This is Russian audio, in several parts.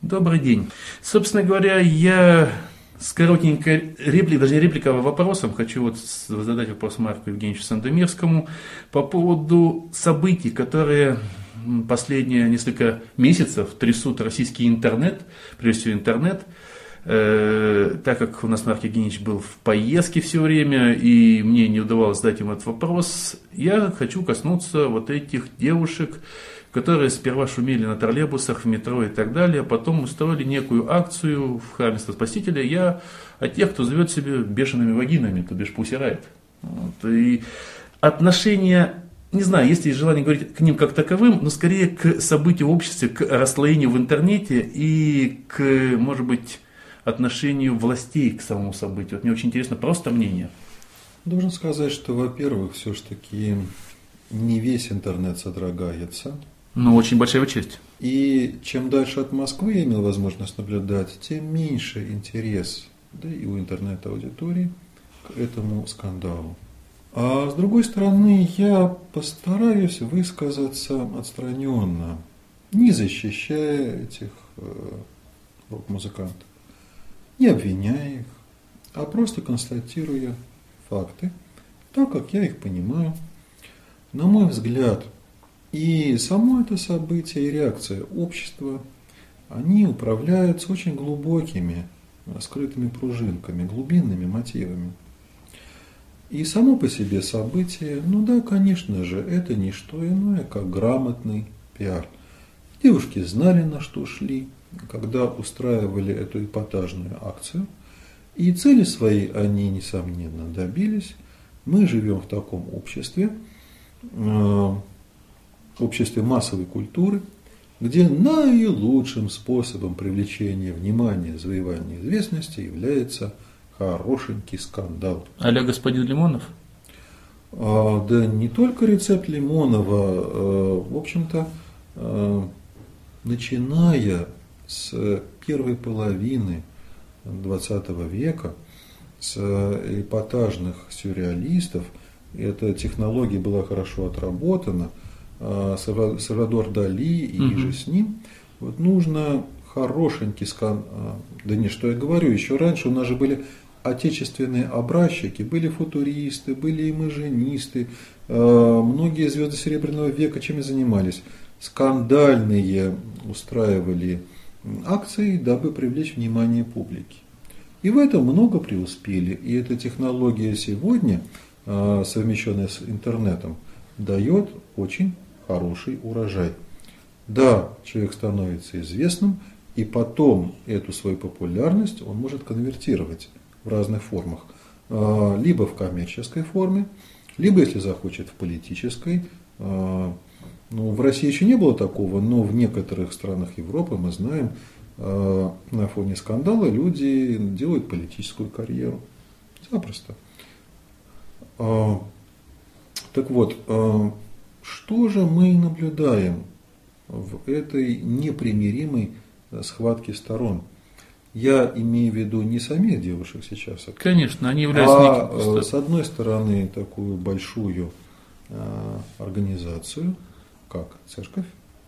Добрый день. Собственно говоря, я с коротенькой репликой, даже не репликой, а вопросом хочу задать вопрос Марку Евгеньевичу Сандомирскому по поводу событий, которые последние несколько месяцев трясут российский интернет, прежде всего интернет. Так как у нас Марк Евгеньевич был в поездке все время, и мне не удавалось задать ему этот вопрос, я хочу коснуться вот этих девушек, которые сперва шумели на троллейбусах, в метро и так далее, а потом устроили некую акцию в храме Спасителя. Я о тех, кто зовет себя бешеными вагинами, то бишь Pussy Riot. Вот. И отношение, не знаю, есть ли желание говорить к ним как таковым, но скорее к событию в обществе, к расслоению в интернете и к, может быть, отношению властей к самому событию. Вот мне очень интересно просто мнение. Должен сказать, что, во-первых, все-таки не весь интернет содрогается. Ну, очень большая его часть. И чем дальше от Москвы я имел возможность наблюдать, тем меньше интерес, да и у интернет-аудитории к этому скандалу. А с другой стороны, я постараюсь высказаться отстраненно, не защищая этих рок-музыкантов, не обвиняя их, а просто констатируя факты, так как я их понимаю. На мой взгляд, и само это событие, и реакция общества, они управляются очень глубокими, скрытыми пружинками, глубинными мотивами. И само по себе событие, ну да, конечно же, это не что иное, как грамотный пиар. Девушки знали, на что шли, когда устраивали эту эпатажную акцию, и цели свои они, несомненно, добились. Мы живем в таком обществе, обществе массовой культуры, где наилучшим способом привлечения внимания, завоевания известности является хорошенький скандал. А-ля господин Лимонов? Да не только рецепт Лимонова, в общем-то, начиная с первой половины XX века, с эпатажных сюрреалистов, эта технология была хорошо отработана, Сальвадор Дали и же с ним, вот нужно хорошенький скандал, да не, что я говорю, еще раньше у нас же были отечественные образчики, были футуристы, были имажинисты, многие звезды Серебряного века чем и занимались, скандальные устраивали акции, дабы привлечь внимание публики. И в этом много преуспели, и эта технология сегодня, совмещенная с интернетом, дает очень хороший урожай. Да, человек становится известным, и потом эту свою популярность он может конвертировать в разных формах. Либо в коммерческой форме, либо, если захочет, в политической. Ну, в России еще не было такого, но в некоторых странах Европы, мы знаем, на фоне скандала люди делают политическую карьеру. Запросто. Так вот, что же мы наблюдаем в этой непримиримой схватке сторон? Я имею в виду не самих девушек сейчас, конечно, они являются неким... с одной стороны, такую большую организацию, как церковь,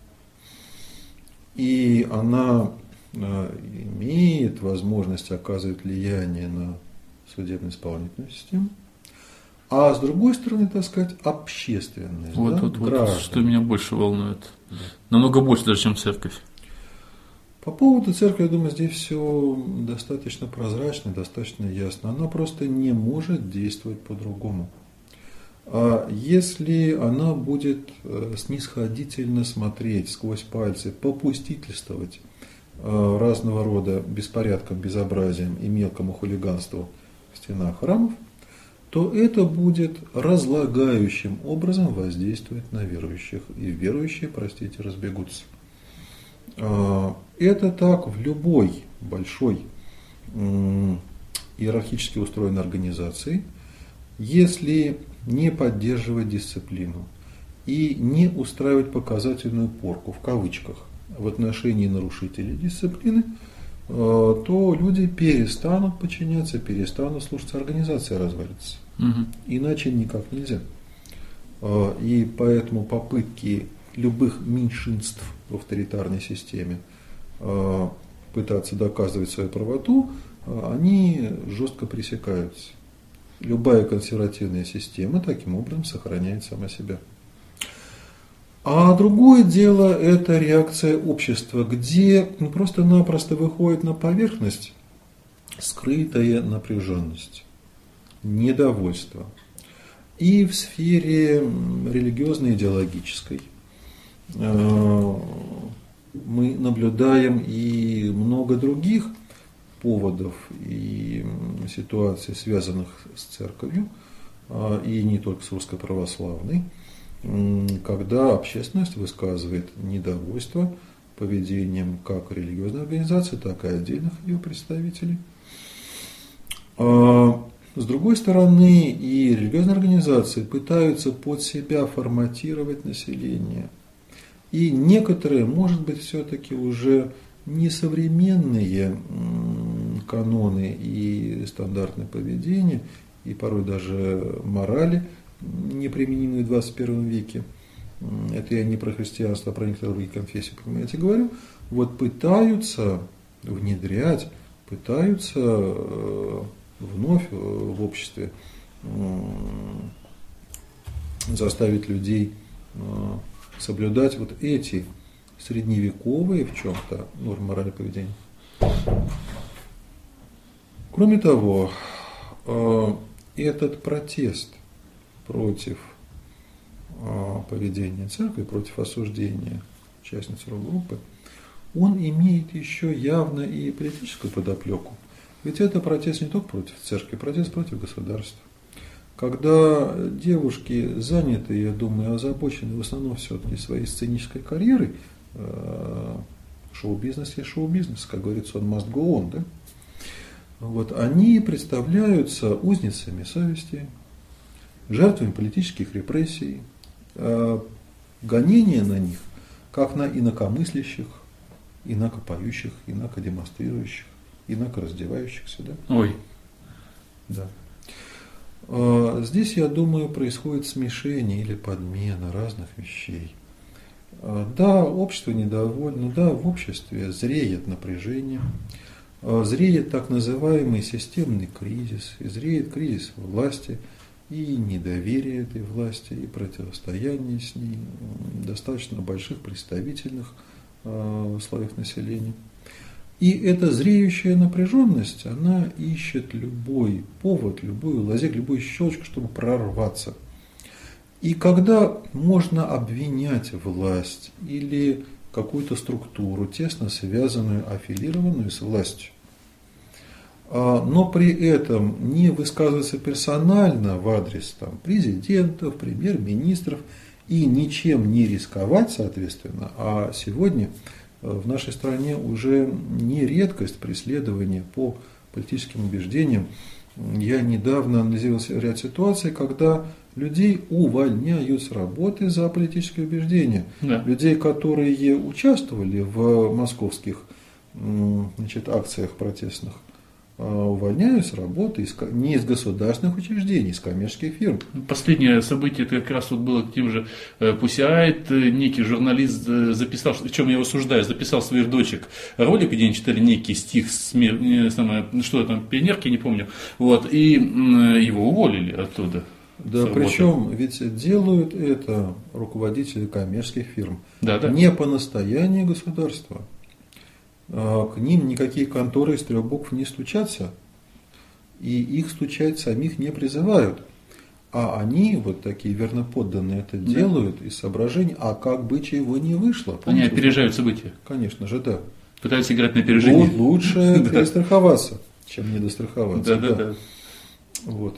и она имеет возможность оказывать влияние на судебно-исполнительную систему, а с другой стороны, так сказать, общественность. Вот, что меня больше волнует. Да. Намного больше даже, чем церковь. По поводу церкви, я думаю, здесь все достаточно прозрачно, достаточно ясно. Она просто не может действовать по-другому. А если она будет снисходительно смотреть сквозь пальцы, попустительствовать разного рода беспорядкам, безобразиям и мелкому хулиганству в стенах храмов, то это будет разлагающим образом воздействовать на верующих. И верующие, простите, разбегутся. Это так в любой большой иерархически устроенной организации, если не поддерживать дисциплину и не устраивать показательную порку, в кавычках, в отношении нарушителей дисциплины, то люди перестанут подчиняться, перестанут слушаться, организация развалится. Иначе никак нельзя. И поэтому попытки любых меньшинств в авторитарной системе пытаться доказывать свою правоту, они жестко пресекаются. Любая консервативная система таким образом сохраняет сама себя. А другое дело – это реакция общества, где просто-напросто выходит на поверхность скрытая напряженность, недовольство. И в сфере религиозно-идеологической мы наблюдаем и много других поводов и ситуаций, связанных с церковью, и не только с русской православной, когда общественность высказывает недовольство поведением как религиозной организации, так и отдельных ее представителей. С другой стороны, и религиозные организации пытаются под себя форматировать население. И некоторые, может быть, все-таки уже несовременные каноны и стандарты поведения, и порой даже морали, неприменимые в 21 веке, это я не про христианство, а про некоторые другие конфессии, понимаете, говорю, вот пытаются внедрять, пытаются вновь в обществе заставить людей соблюдать вот эти средневековые в чем-то нормы морали поведения. Кроме того, этот протест против поведения церкви, против осуждения участниц рок-группы, он имеет еще явно и политическую подоплеку. Ведь это протест не только против церкви, протест против государства. Когда девушки заняты, я думаю, озабочены в основном все-таки своей сценической карьерой, шоу-бизнес есть шоу-бизнес, как говорится, он must go on, да? Вот, они представляются узницами совести, жертвами политических репрессий, гонения на них, как на инакомыслящих, инакопоющих, инакодемонстрирующих, инакораздевающихся. Да? Ой. Да. Здесь, я думаю, происходит смешение или подмена разных вещей. Да, общество недовольно, да, в обществе зреет напряжение, зреет так называемый системный кризис, и зреет кризис власти, и недоверие этой власти, и противостояние с ней достаточно больших представительных слоев населения. И эта зреющая напряженность, она ищет любой повод, любую лазейку, любую щелочку, чтобы прорваться. И когда можно обвинять власть или какую-то структуру, тесно связанную, аффилированную с властью, но при этом не высказываться персонально в адрес президентов, премьер-министров и ничем не рисковать, соответственно, а сегодня в нашей стране уже не редкость преследования по политическим убеждениям. Я недавно анализировал ряд ситуаций, когда людей увольняют с работы за политические убеждения. Да. Людей, которые участвовали в московских акциях протестных, увольняют с работы не из государственных учреждений, из коммерческих фирм. Последнее событие это как раз вот было тем же Пусиайт, некий журналист записал, в чем я его осуждаю, записал своих дочек ролик, где они читали некий стих, что там, пионерки, не помню, вот, и его уволили оттуда. Да, причем ведь делают это руководители коммерческих фирм, да. Не по настоянию государства. К ним никакие конторы из 3 букв не стучатся, и их стучать самих не призывают. А они, вот такие верноподданные, это делают из соображений, а как бы чего не вышло. Помните? Они опережают события. Конечно же, да. Пытаются играть на опережение. Лучше перестраховаться, чем недостраховаться. Да. Вот.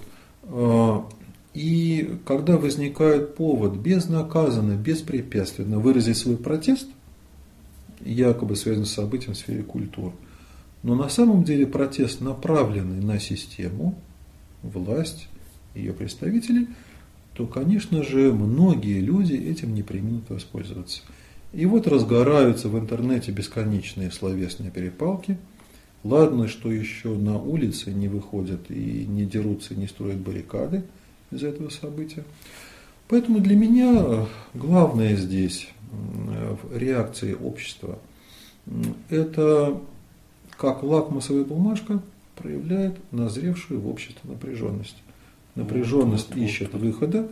И когда возникает повод безнаказанно, беспрепятственно выразить свой протест, якобы связанный с событием в сфере культуры, но на самом деле протест, направленный на систему, власть, ее представителей, то, конечно же, многие люди этим не преминут воспользоваться. И вот разгораются в интернете бесконечные словесные перепалки. Ладно, что еще на улице не выходят и не дерутся, и не строят баррикады из-за этого события. Поэтому для меня главное здесь в реакции общества – это как лакмусовая бумажка, проявляет назревшую в обществе напряженность. Напряженность ищет выхода.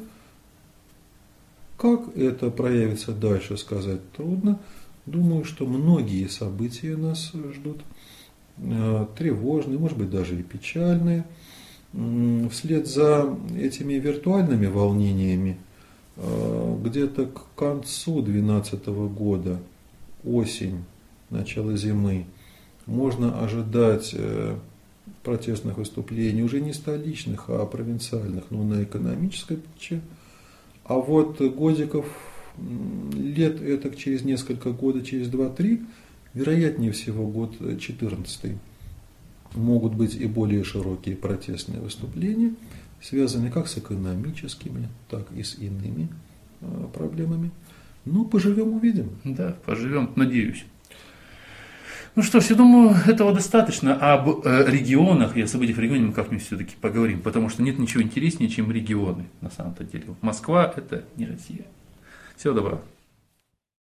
Как это проявится дальше, сказать трудно. Думаю, что многие события нас ждут, тревожные, может быть, даже и печальные. Вслед за этими виртуальными волнениями где-то к концу 2012 года, осень, начало зимы, можно ожидать протестных выступлений, уже не столичных, а провинциальных, но на экономической почве. А вот годиков, лет это через несколько годов, через 2-3, вероятнее всего год 2014, могут быть и более широкие протестные выступления, связанные как с экономическими, так и с иными проблемами. Ну, поживем, увидим. Да, поживем, надеюсь. Ну что ж, я думаю, этого достаточно. Об регионах и о событиях в регионе мы как-нибудь все-таки поговорим, потому что нет ничего интереснее, чем регионы на самом-то деле. Москва – это не Россия. Всего доброго.